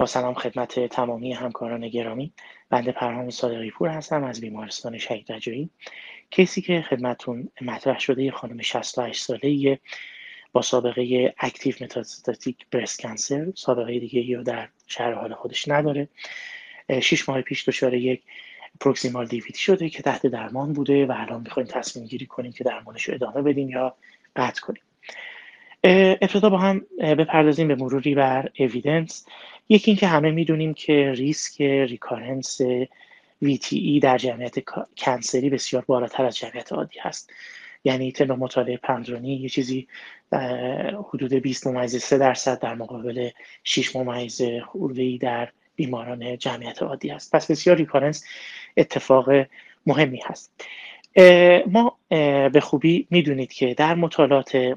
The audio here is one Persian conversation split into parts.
با سلام خدمت تمامی همکاران گرامی. بنده پرهام صادقی پور هستم از بیمارستان شهید رجایی. کیسی که خدمتتون مطرح شده، یه خانم 68 ساله‌ای با سابقه اکتیو متاستاتیک برست کانسر، سابقه دیگه یا در شهر حال خودش نداره. 6 ماه پیش دچار یک پروکسیمال دیویتی شده که تحت درمان بوده و الان می‌خوایم تصمیم گیری کنیم که درمانش رو ادامه بدیم یا قطع کنیم. ابتدا با هم بپردازیم به مروری بر اویدنس. یکی این که همه میدونیم که ریسک ریکارنس VTE در جمعیت کنسری بسیار بالاتر از جمعیت عادی هست. یعنی طبق مطالعه پندرونی یه چیزی حدود 20.3% در مقابل 6.خرده‌ای در بیماران جمعیت عادی هست. پس بسیار ریکارنس اتفاق مهمی هست. ما به خوبی میدونید که در مطالعات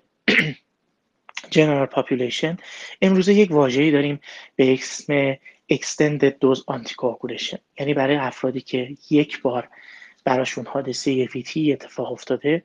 جنرال پاپولیشن امروزه یک واژه‌ای داریم به اسم extended dose anticoagulation، یعنی برای افرادی که یک بار براشون حادثه VT اتفاق افتاده،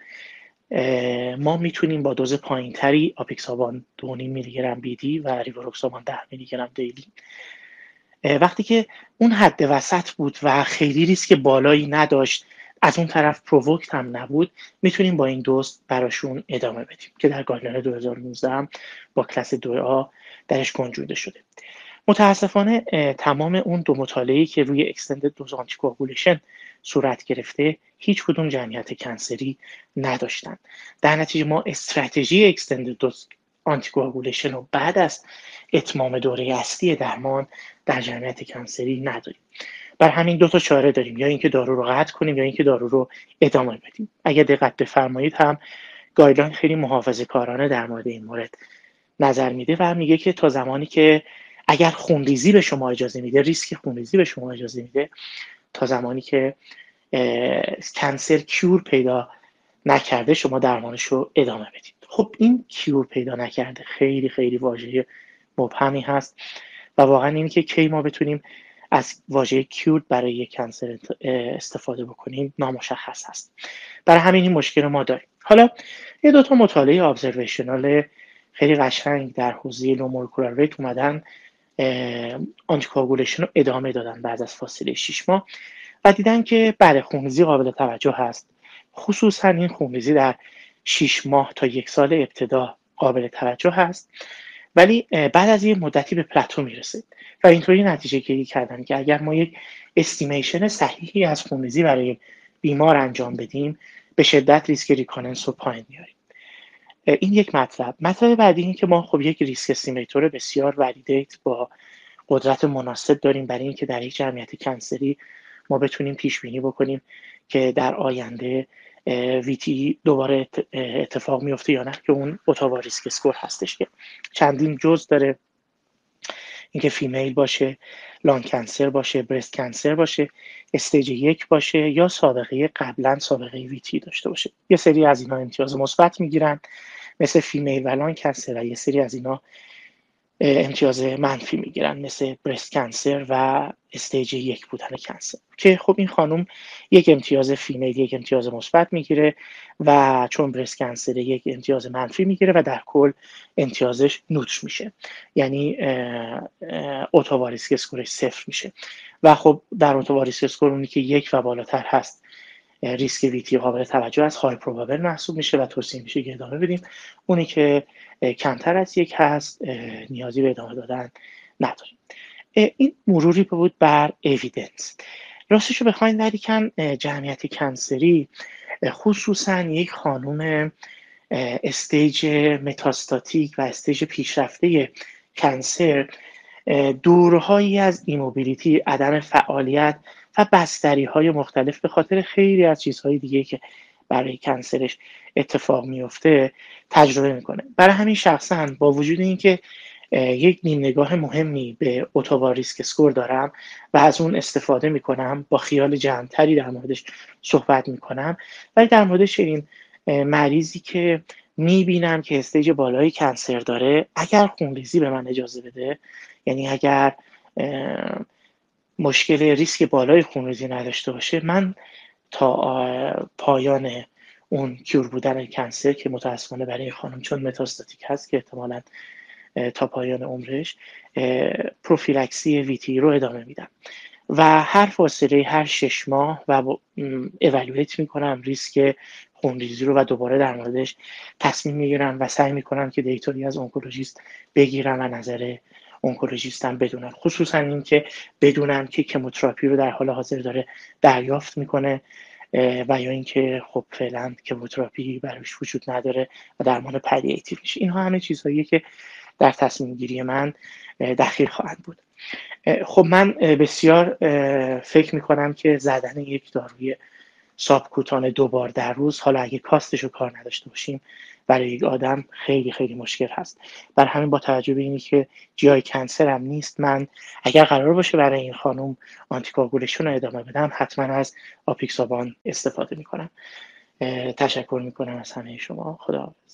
ما میتونیم با دوز پایینتری آپیکسابان 2.5 میلی گرم BD و ریواروکسابان 10 میلی گرم دیلی، وقتی که اون حد وسط بود و خیلی ریسک بالایی نداشت، از اون طرف پرووکت هم نبود، میتونیم با این دوز براشون ادامه بدیم که در گایدلاین 2019 هم با کلاس 2A درش گنجونده شده. متاسفانه تمام اون دو مطالعه‌ای که روی اکستندد دوز آنتیکواگولیشن صورت گرفته هیچ کدوم جمعیت کنسری نداشتن. در نتیجه ما استراتژی اکستندد دوز آنتیکواگولیشن رو بعد از اتمام دوره اصلی درمان در جمعیت کنسری نداریم. بر همین دو تا چاره داریم، یا اینکه دارو رو قطع کنیم یا اینکه دارو رو ادامه بدیم. اگر دقت بفرمایید هم گایدلاین خیلی محافظه‌کارانه در مورد این مورد نظر میده و میگه که تا زمانی که اگر خونریزی به شما اجازه میده، ریسک خونریزی به شما اجازه میده، تا زمانی که کنسر کیور پیدا نکرده شما درمانش رو ادامه بدید. خب این کیور پیدا نکرده خیلی خیلی واژه مبهمی هست و واقعا اینی که کی ما بتونیم از واژه کیور برای یک کنسر استفاده بکنیم نامشخص هست. برای همین این مشکل ما داریم. حالا یه دو تا مطالعه ابزرویشنال خیلی قشنگ در حوزه لو مولکولار ریت اومدن آنتیکواگولیشن رو ادامه دادن بعد از فاصله 6 ماه و دیدن که بله خونریزی قابل توجه هست، خصوصا این خونریزی در 6 ماه تا 1 سال ابتدا قابل توجه هست، ولی بعد از یه مدتی به پلاتو میرسه و اینطوری نتیجه گیری کردن که اگر ما یک استیمیشن صحیحی از خونریزی برای بیمار انجام بدیم به شدت ریسک ریکارنس رو پایین میاریم. این یک مطلب بعدی این که ما خب یک ریسک استیمیتور بسیار ولیدیت با قدرت مناسب داریم برای اینکه در یک جمعیت کنسری ما بتونیم پیش بینی بکنیم که در آینده VT دوباره اتفاق میفته یا نه، که اون اتاوا ریسک اسکور هستش که چندین جزء داره، اینکه فیمیل باشه، لانگ کنسر باشه، برست کنسر باشه، استیج 1 باشه یا سابقه قبلا سابقه VT داشته باشه. یه سری از اینا امتیاز مثبت میگیرن مثل فیمیل و لانگ کنسر و یه سری از اینا امتیاز منفی میگیرن مثل برست کنسر و استیج 1 بودن کنسر، که خب این خانم یک امتیاز فیمیل یک امتیاز مثبت میگیره و چون برست کنسر یک امتیاز منفی میگیره و در کل امتیازش نوتر میشه، یعنی اتاوا ریسک اسکورش 0 میشه و خب در اتاوا ریسک اسکور اونی که 1 و بالاتر هست ریسک ویتی قابل توجه از های پروبابل محسوب میشه و توصیه میشه که ادامه بدیم. اونی که کمتر از 1 هست نیازی به ادامه دادن نداریم. این مروری بود بر اویدنس. راستش رو بخواین ولیکن جمعیت کنسری خصوصا یک خانم استیج متاستاتیک و استیج پیشرفته کنسر دورهایی از ایموبیلیتی، عدم فعالیت و بستری‌های مختلف به خاطر خیلی از چیزهای دیگه که برای کنسرش اتفاق میفته تجربه میکنه. برای همین شخصا با وجود اینکه یک نیم نگاه مهمی به اتاوا ریسک اسکور دارم و از اون استفاده میکنم، با خیال جمع‌تری در موردش صحبت میکنم، ولی در مورد این مریضی که میبینم که استیج بالای کنسر داره، اگر خونریزی به من اجازه بده، یعنی اگر مشکل ریسک بالای خونریزی نداشته باشه، من تا پایان اون کیور بودن کنسر که متاسفانه برای خانم چون متاستاتیک هست که احتمالاً تا پایان عمرش پروفیلکسی ویتی رو ادامه میدم و هر فاصله هر 6 ماه و اولویت میکنم ریسک خونریزی رو و دوباره در موردش تصمیم میگیرم و سعی میکنم که دیتایی از اونکولوژیست بگیرم و نظر اونکولوژیستم بدونم، خصوصا اینکه بدونم که کموتراپی رو در حال حاضر داره دریافت میکنه و یا اینکه خب فعلا کموتراپی براش وجود نداره و درمان پلیاتیو میشه. اینها همه چیزهاییه که در تصمیم گیری من دخیل خواهند بود. خب من بسیار فکر میکنم که زدن یک داروی سابکوتان 2 بار در روز، حالا اگه کاستش رو کار نداشته باشیم، برای یک آدم خیلی خیلی مشکل هست. بر همین با توجه به اینی که جای کنسر هم نیست، من اگر قرار باشه برای این خانم آنتیکواگولیشن رو ادامه بدم حتما از آپیکسابان استفاده میکنم. تشکر میکنم از همه شما. خدا